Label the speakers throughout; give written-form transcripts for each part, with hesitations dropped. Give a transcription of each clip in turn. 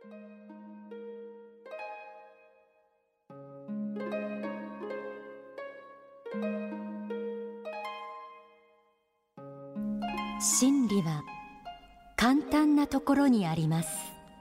Speaker 1: 真理は簡単なところにあります。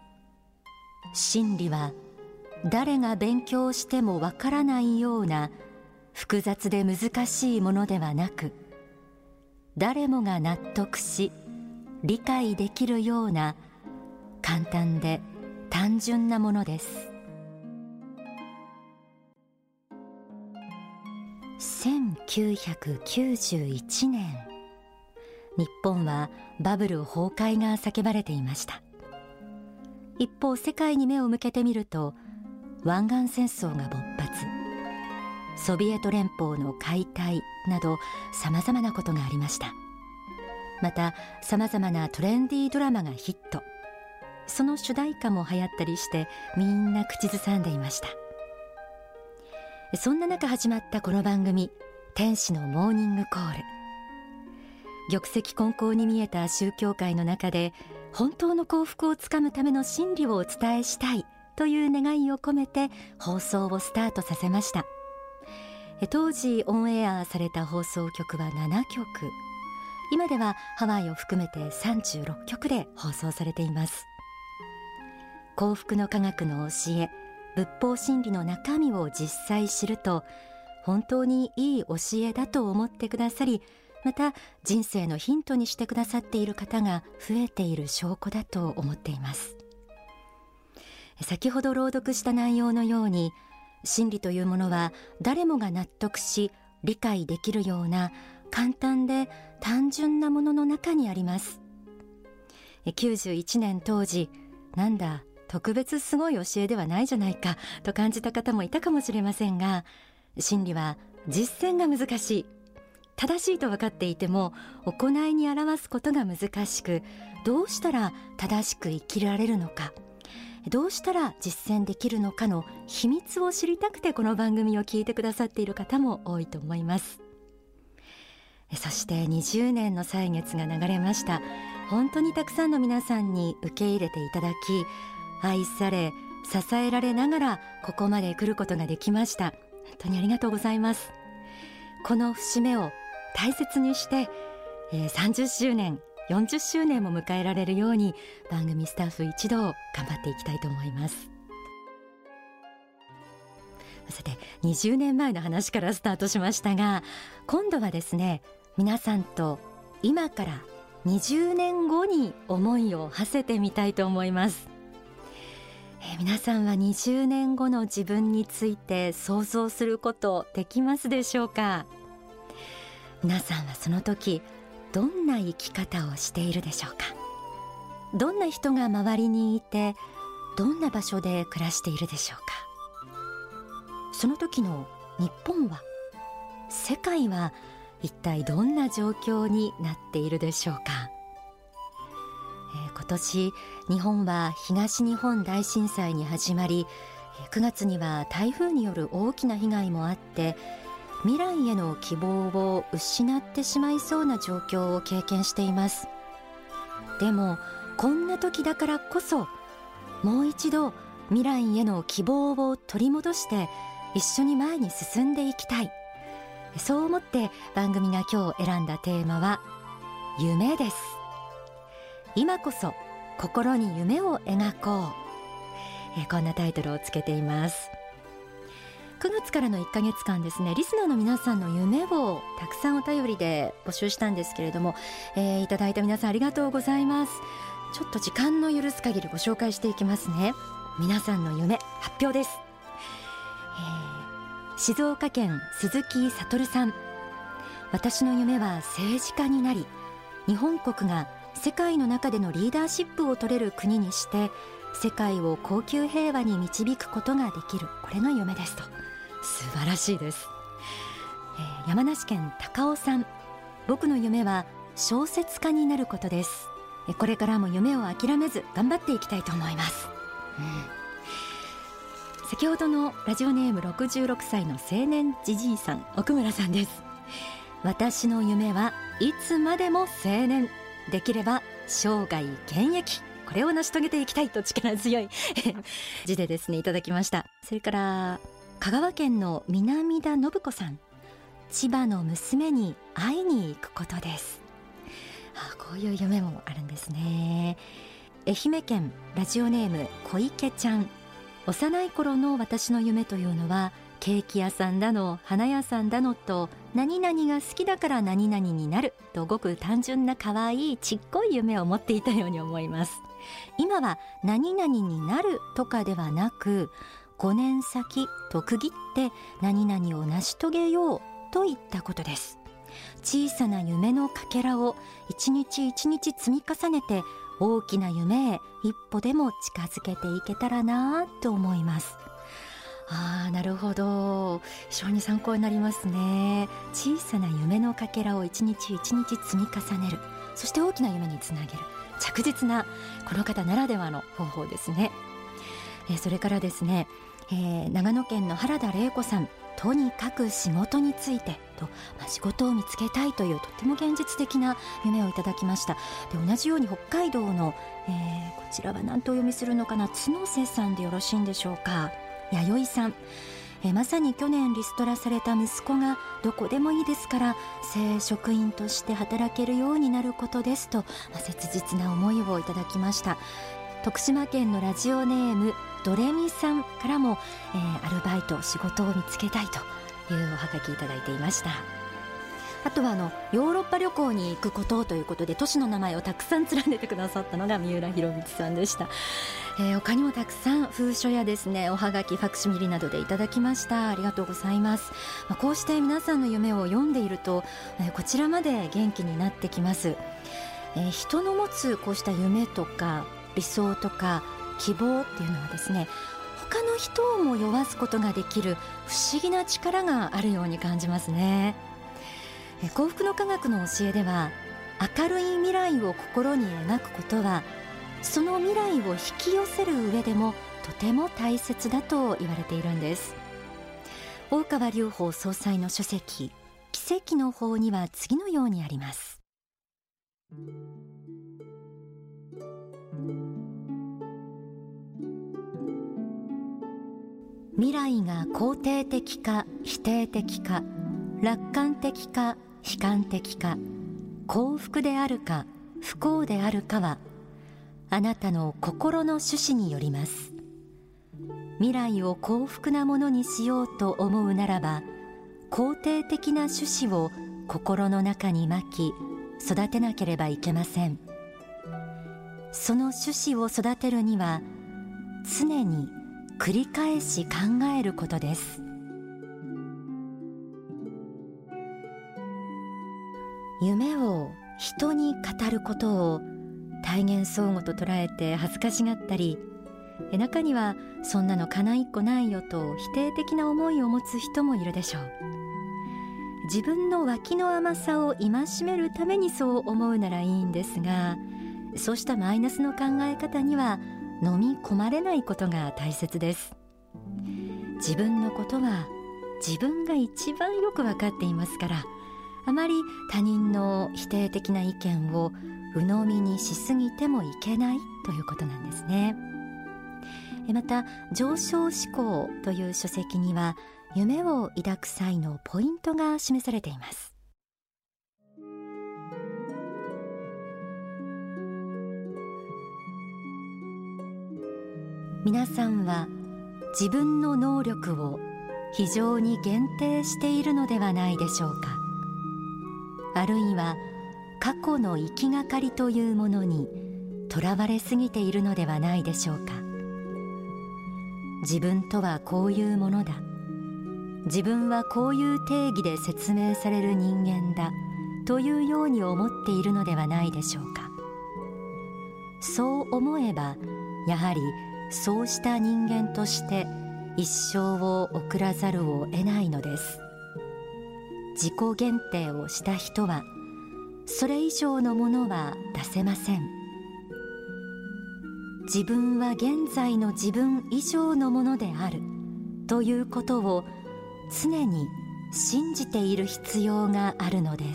Speaker 1: 真理は誰が勉強してもわからないような複雑で難しいものではなく、誰もが納得し理解できるような簡単で単純なものです。1991年、日本はバブル崩壊が叫ばれていました。一方、世界に目を向けてみると、湾岸戦争が勃発、ソビエト連邦の解体などさまざまなことがありました。またさまざまなトレンディードラマがヒット、その主題歌も流行ったりしてみんな口ずさんでいました。そんな中始まったこの番組、天使のモーニングコール。玉石混交に見えた宗教界の中で本当の幸福をつかむための真理をお伝えしたいという願いを込めて放送をスタートさせました。当時オンエアされた放送局は7局、今ではハワイを含めて36局で放送されています。幸福の科学の教え、仏法真理の中身を実際知ると、本当にいい教えだと思ってくださり、また人生のヒントにしてくださっている方が増えている証拠だと思っています。先ほど朗読した内容のように、真理というものは誰もが納得し理解できるような簡単で単純なものの中にあります。91年当時、なんだ特別すごい教えではないじゃないかと感じた方もいたかもしれませんが、真理は実践が難しい、正しいと分かっていても行いに表すことが難しく、どうしたら正しく生きられるのか、どうしたら実践できるのかの秘密を知りたくてこの番組を聞いてくださっている方も多いと思います。そして20年の歳月が流れました。本当にたくさんの皆さんに受け入れていただき、愛され支えられながらここまで来ることができました。本当にありがとうございます。この節目を大切にして、30周年40周年も迎えられるように番組スタッフ一同頑張っていきたいと思います。さて、20年前の話からスタートしましたが、今度はですね、皆さんと今から20年後に思いを馳せてみたいと思います。皆さんは20年後の自分について想像することできますでしょうか。皆さんはその時どんな生き方をしているでしょうか。どんな人が周りにいて、どんな場所で暮らしているでしょうか。その時の日本は、世界は一体どんな状況になっているでしょうか。今年日本は東日本大震災に始まり、9月には台風による大きな被害もあって、未来への希望を失ってしまいそうな状況を経験しています。でもこんな時だからこそ、もう一度未来への希望を取り戻して一緒に前に進んでいきたい。そう思って番組が今日選んだテーマは夢です。今こそ心に夢を描こう、こんなタイトルをつけています。9月からの1ヶ月間ですね、リスナーの皆さんの夢をたくさんお便りで募集したんですけれども、いただいた皆さんありがとうございます。ちょっと時間の許す限りご紹介していきますね。皆さんの夢発表です。静岡県鈴木悟さん、私の夢は政治家になり、日本国が世界の中でのリーダーシップを取れる国にして世界を恒久平和に導くことができる、これが夢ですと。素晴らしいです。山梨県高尾さん、僕の夢は小説家になることです。これからも夢を諦めず頑張っていきたいと思います。先ほどのラジオネーム66歳の青年じじいさん、奥村さんです。私の夢はいつまでも青年、できれば生涯現役。 これを成し遂げていきたいと力強い字でですねいただきました。それから香川県の南田信子さん、千葉の娘に会いに行くことです。こういう夢もあるんですね。愛媛県ラジオネーム小池ちゃん、幼い頃の私の夢というのはケーキ屋さんだの花屋さんだのと何々が好きだから何々になるとごく単純な可愛いちっこい夢を持っていたように思います。今は何々になるとかではなく5年先と区切って何々を成し遂げようといったことです。小さな夢のかけらを一日一日積み重ねて大きな夢へ一歩でも近づけていけたらなと思います。なるほど、非常に参考になりますね。小さな夢のかけらを一日一日積み重ねる、そして大きな夢につなげる、着実なこの方ならではの方法ですね。それからですね、長野県の原田玲子さん、とにかく仕事についてと、仕事を見つけたいというとっても現実的な夢をいただきました。で同じように北海道の、こちらは何とお読みするのかな、角瀬さんでよろしいんでしょうか。弥生さん、まさに去年リストラされた息子がどこでもいいですから正職員として働けるようになることですと、切実な思いをいただきました。徳島県のラジオネームドレミさんからも、アルバイト仕事を見つけたいというおはがきいただいていました。あとはヨーロッパ旅行に行くことということで都市の名前をたくさん連ねてくださったのが三浦博光さんでした。他にもたくさん封書やですねおはがきファクシミリなどでいただきました。ありがとうございます。こうして皆さんの夢を読んでいると、こちらまで元気になってきます。人の持つこうした夢とか理想とか希望っていうのはですね、他の人をも酔わすことができる不思議な力があるように感じますね。幸福の科学の教えでは、明るい未来を心に描くことはその未来を引き寄せる上でもとても大切だと言われているんです。大川隆法総裁の書籍奇跡の法には次のようにあります。未来が肯定的か否定的か、楽観的か悲観的か、幸福であるか不幸であるかはあなたの心の趣旨によります。未来を幸福なものにしようと思うならば、肯定的な趣旨を心の中にまき育てなければいけません。その趣旨を育てるには常に繰り返し考えることです。夢を人に語ることを大言相互と捉えて恥ずかしがったり、中にはそんなの叶いっこないよと否定的な思いを持つ人もいるでしょう。自分の脇の甘さを戒めるためにそう思うならいいんですが、そうしたマイナスの考え方には飲み込まれないことが大切です。自分のことは自分が一番よく分かっていますから、あまり他人の否定的な意見を鵜呑みにしすぎてもいけないということなんですね。また上昇思考という書籍には夢を抱く際のポイントが示されています。皆さんは自分の能力を非常に限定しているのではないでしょうか。あるいは過去の行きがかりというものにとらわれすぎているのではないでしょうか。自分とはこういうものだ、自分はこういう定義で説明される人間だというように思っているのではないでしょうか。そう思えばやはりそうした人間として一生を送らざるを得ないのです。自己限定をした人はそれ以上のものは出せません。自分は現在の自分以上のものであるということを常に信じている必要があるのです。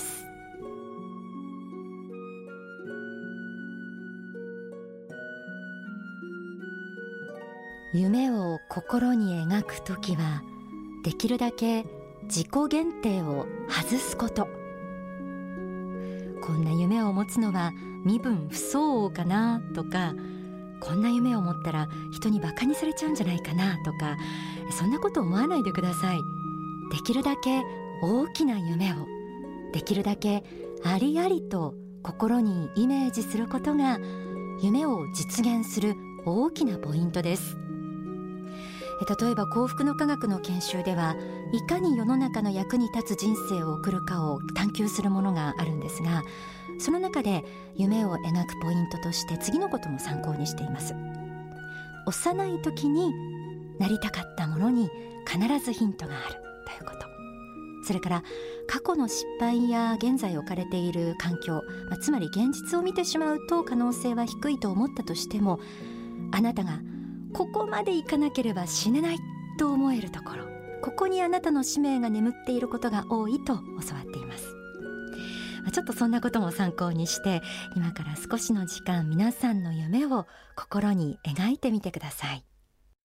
Speaker 1: 夢を心に描くときは、できるだけ自己限定を外すこと。こんな夢を持つのは身分不相応かなとか、こんな夢を持ったら人にバカにされちゃうんじゃないかなとか、そんなこと思わないでください。できるだけ大きな夢を、できるだけありありと心にイメージすることが、夢を実現する大きなポイントです。例えば幸福の科学の研修では、いかに世の中の役に立つ人生を送るかを探求するものがあるんですが、その中で夢を描くポイントとして次のことも参考にしています。幼い時になりたかったものに必ずヒントがあるということ。それから過去の失敗や現在置かれている環境、つまり現実を見てしまうと可能性は低いと思ったとしても、あなたがここまで行かなければ死ねないと思えるところ、ここにあなたの使命が眠っていることが多いと教わっています。ちょっとそんなことも参考にして、今から少しの時間、皆さんの夢を心に描いてみてください。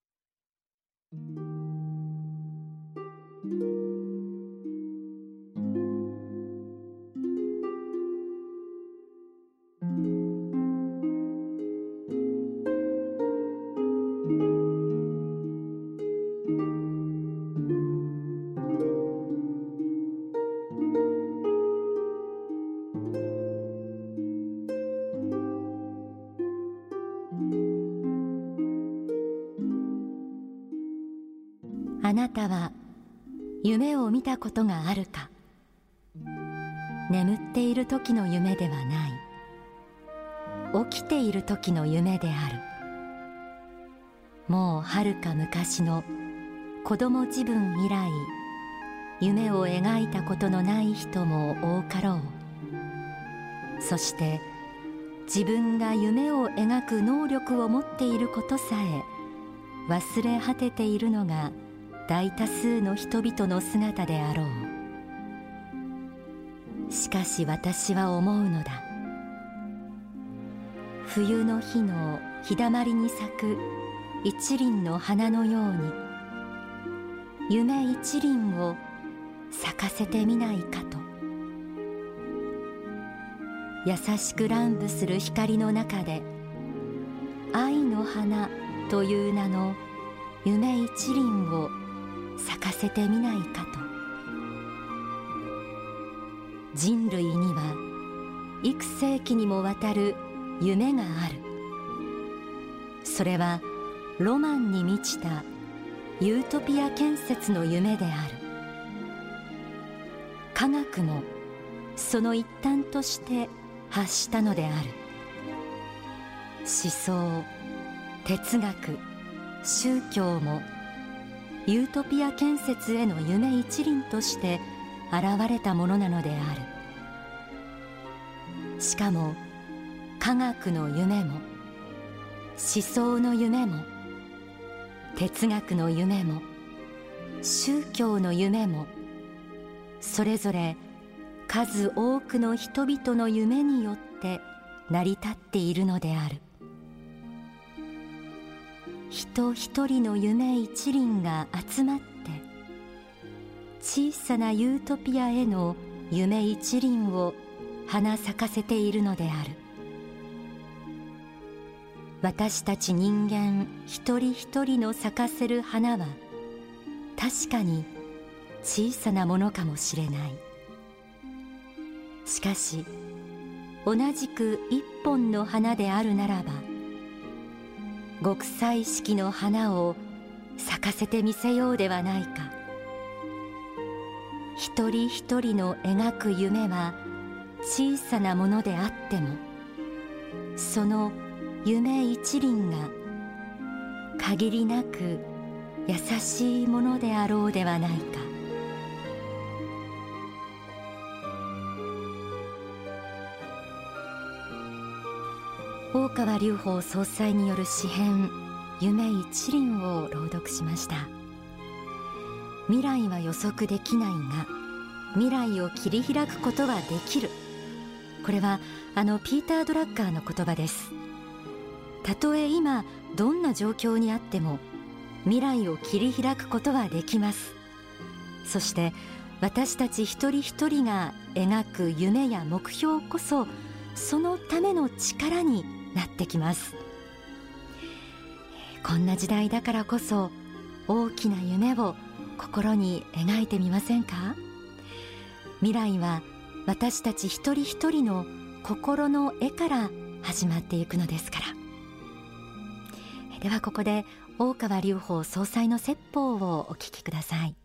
Speaker 1: あなたは夢を見たことがあるか。眠っている時の夢ではない、起きている時の夢である。もうはるか昔の子供自分以来、夢を描いたことのない人も多かろう。そして自分が夢を描く能力を持っていることさえ忘れ果てているのが大多数の人々の姿であろう。しかし私は思うのだ。冬の日の日だまりに咲く一輪の花のように、夢一輪を咲かせてみないかと。優しく乱舞する光の中で、愛の花という名の夢一輪を咲かせてみないかと。人類には幾世紀にもわたる夢がある。それはロマンに満ちたユートピア建設の夢である。科学もその一端として発したのである。思想、哲学、宗教もユートピア建設への夢一輪として現れたものなのである。しかも科学の夢も思想の夢も哲学の夢も宗教の夢も、それぞれ数多くの人々の夢によって成り立っているのである。人一人の夢一輪が集まって小さなユートピアへの夢一輪を花咲かせているのである。私たち人間一人一人の咲かせる花は確かに小さなものかもしれない。しかし同じく一本の花であるならば、極彩色の花を咲かせてみせようではないか。一人一人の描く夢は小さなものであっても、その夢一輪が限りなく優しいものであろうではないか。大川隆法総裁による詩編夢一輪を朗読しました。未来は予測できないが未来を切り開くことはできる。これはピーター・ドラッカーの言葉です。たとえ今どんな状況にあっても未来を切り開くことはできます。そして私たち一人一人が描く夢や目標こそそのための力になってきます。こんな時代だからこそ大きな夢を心に描いてみませんか？未来は私たち一人一人の心の絵から始まっていくのですから。ではここで大川隆法総裁の説法をお聞きください。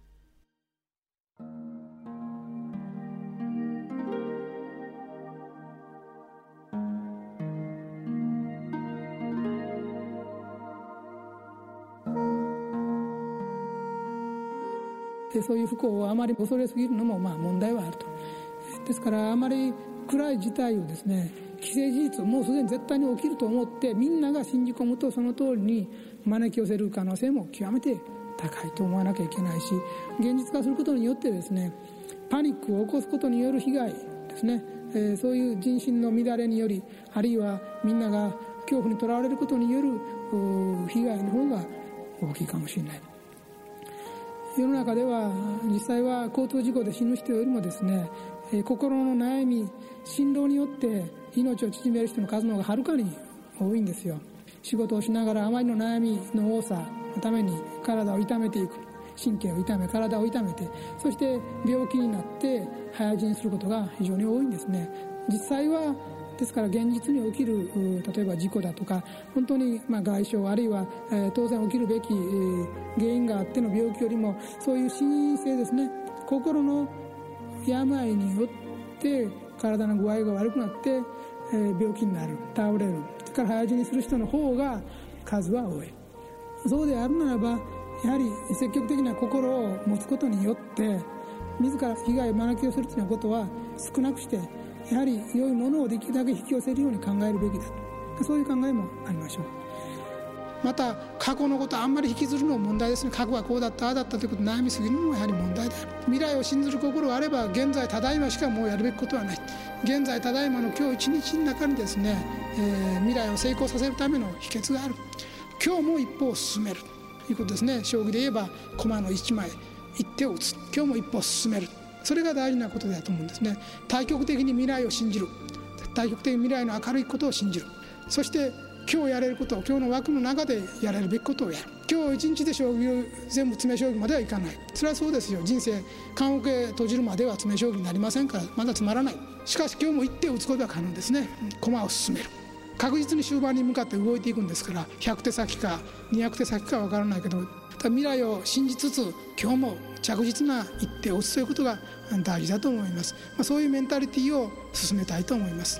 Speaker 2: そういう不幸をあまり恐れすぎるのも問題はあると。ですからあまり暗い事態をですね、既成事実もうすでに絶対に起きると思ってみんなが信じ込むと、その通りに招き寄せる可能性も極めて高いと思わなきゃいけないし、現実化することによってですね、パニックを起こすことによる被害ですね、そういう人心の乱れにより、あるいはみんなが恐怖にとらわれることによる被害の方が大きいかもしれない。世の中では実際は交通事故で死ぬ人よりもですね、心の悩み、心労によって命を縮める人の数の方がはるかに多いんですよ。仕事をしながらあまりの悩みの多さのために体を痛めていく、神経を痛め体を痛めて、そして病気になって早死にすることが非常に多いんですね。実際はですから現実に起きる例えば事故だとか本当に外傷、あるいは当然起きるべき原因があっての病気よりも、そういう心因性ですね、心の病によって体の具合が悪くなって病気になる、倒れる、それから早死にする人の方が数は多い。そうであるならばやはり積極的な心を持つことによって自ら被害を招き寄せるというようなことは少なくして、やはり良いものをできるだけ引き寄せるように考えるべきだと、そういう考えもありましょう。また過去のことはあんまり引きずるのも問題ですね。過去はこうだったああだったということで悩みすぎるのもやはり問題である。未来を信ずる心があれば現在ただいましかもうやるべきことはない。現在ただいまの今日一日の中にですね、未来を成功させるための秘訣がある。今日も一歩を進めるということですね。将棋で言えば駒の一枚一手を打つ、今日も一歩を進める、それが大事なことだと思うんですね。対極的に未来を信じる、対極的に未来の明るいことを信じる、そして今日やれることを今日の枠の中でやれるべきことをやる。今日一日で将棋を全部詰め将棋まではいかない。それはそうですよ。人生棺桶へ閉じるまでは詰め将棋になりませんから、まだつまらない。しかし今日も一手を打つことは可能ですね。駒を進める、確実に終盤に向かって動いていくんですから、100手先か200手先かは分からないけど、未来を信じつつ今日も着実な一手を打つということが大事だと思います。そういうメンタリティーを進めたいと思います。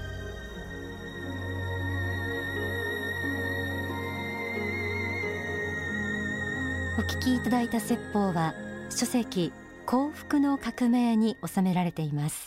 Speaker 1: お聞きいただいた説法は書籍幸福の革命に収められています。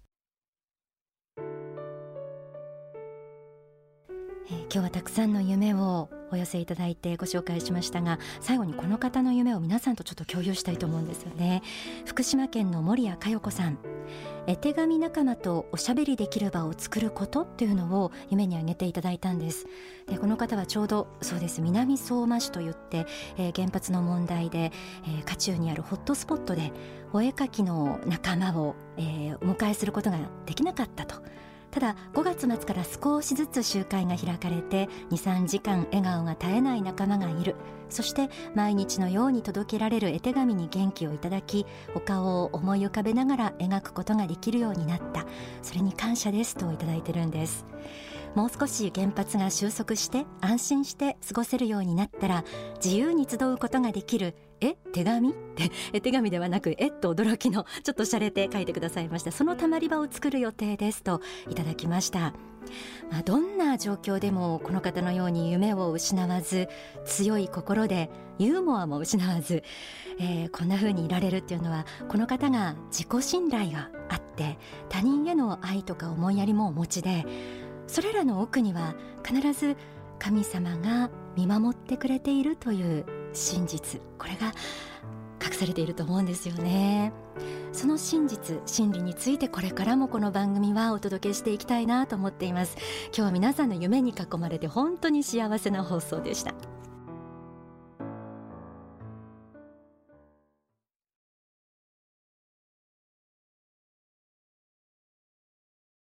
Speaker 1: 今日はたくさんの夢をお寄せいただいてご紹介しましたが、最後にこの方の夢を皆さんとちょっと共有したいと思うんですよね。福島県の森谷佳代子さん、絵手紙仲間とおしゃべりできる場を作ることっていうのを夢に挙げていただいたんです。でこの方はちょうどそうです、南相馬市といって、原発の問題で、渦中にあるホットスポットでお絵描きの仲間を、お迎えすることができなかったと。ただ5月末から少しずつ集会が開かれて 2,3 時間笑顔が絶えない仲間がいる。そして毎日のように届けられる絵手紙に元気をいただき、お顔を思い浮かべながら描くことができるようになった。それに感謝ですといただいてるんです。もう少し原発が収束して安心して過ごせるようになったら、自由に集うことができる手紙って絵手紙ではなくと驚きのちょっと洒落て書いてくださいました。そのたまり場を作る予定ですといただきました。どんな状況でもこの方のように夢を失わず、強い心でユーモアも失わず、こんな風にいられるっていうのは、この方が自己信頼があって他人への愛とか思いやりもお持ちで、それらの奥には必ず神様が見守ってくれているという真実、これが隠されていると思うんですよね。その真実、真理についてこれからもこの番組はお届けしていきたいなと思っています。今日は皆さんの夢に囲まれて本当に幸せな放送でした。